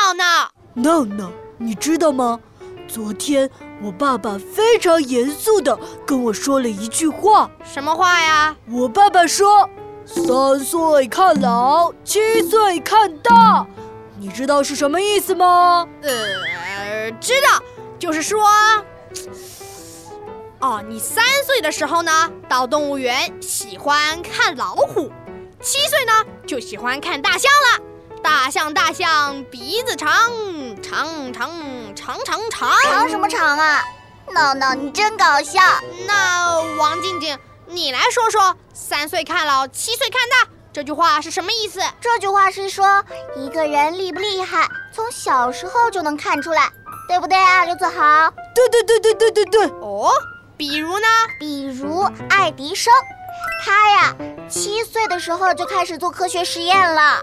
闹闹。 闹闹，你知道吗？昨天我爸爸非常严肃地跟我说了一句话。 什么话呀？ 我爸爸说：“3岁看老，7岁看大。”你知道是什么意思吗？ 知道，就是说，你3岁的时候呢，到动物园喜欢看老虎；7岁呢，就喜欢看大象了。大象，鼻子长什么长啊？闹闹，你真搞笑。 那王静静，你来说说“3岁看老，7岁看大”这句话是什么意思？ 这句话是说一个人厉不厉害，从小时候就能看出来，对不对啊，刘子豪？ 对。 哦，比如呢？ 比如爱迪生，他呀7岁的时候就开始做科学实验了。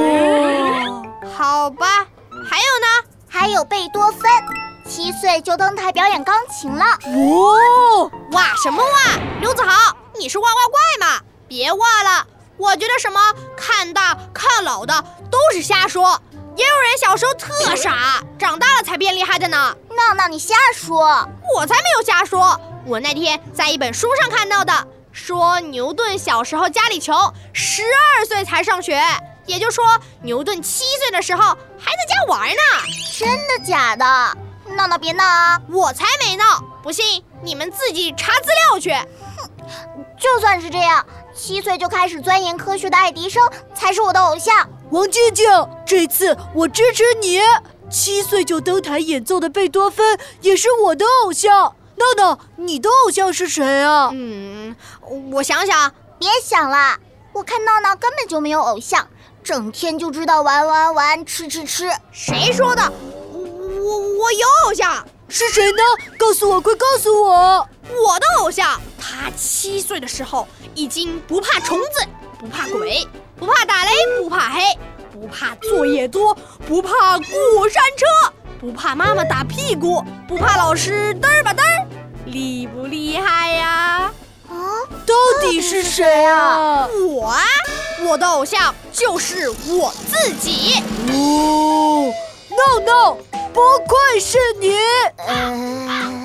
好吧，还有呢？ 还有贝多芬，7岁就登台表演钢琴了。 哇什么哇？刘子豪，你是哇哇怪吗？别哇了，我觉得什么看大看老的都是瞎说，也有人小时候特傻，长大了才变厉害的呢。 闹闹，你瞎说。 我才没有瞎说，我那天在一本书上看到的，说牛顿小时候家里穷，12岁才上学，也就是说牛顿7岁的时候还在家玩呢。 真的假的？闹闹别闹啊！ 我才没闹，不信你们自己查资料去。 就算是这样，7岁就开始钻研科学的爱迪生才是我的偶像。 王静静，这次我支持你。7岁就登台演奏的贝多芬也是我的偶像。闹闹，你的偶像是谁啊？ 我想想。 别想了，我看闹闹根本就没有偶像，整天就知道玩，吃。 谁说的？我有偶像。 是谁呢？告诉我，快告诉我！ 我的偶像，他7岁的时候已经不怕虫子，不怕鬼，不怕打雷，不怕黑，不怕作业多，不怕过山车，不怕妈妈打屁股，不怕老师嘚儿吧嘚儿，厉不厉害呀？ 到底是谁啊？ 我的偶像就是我自己。 闹闹，不愧是你。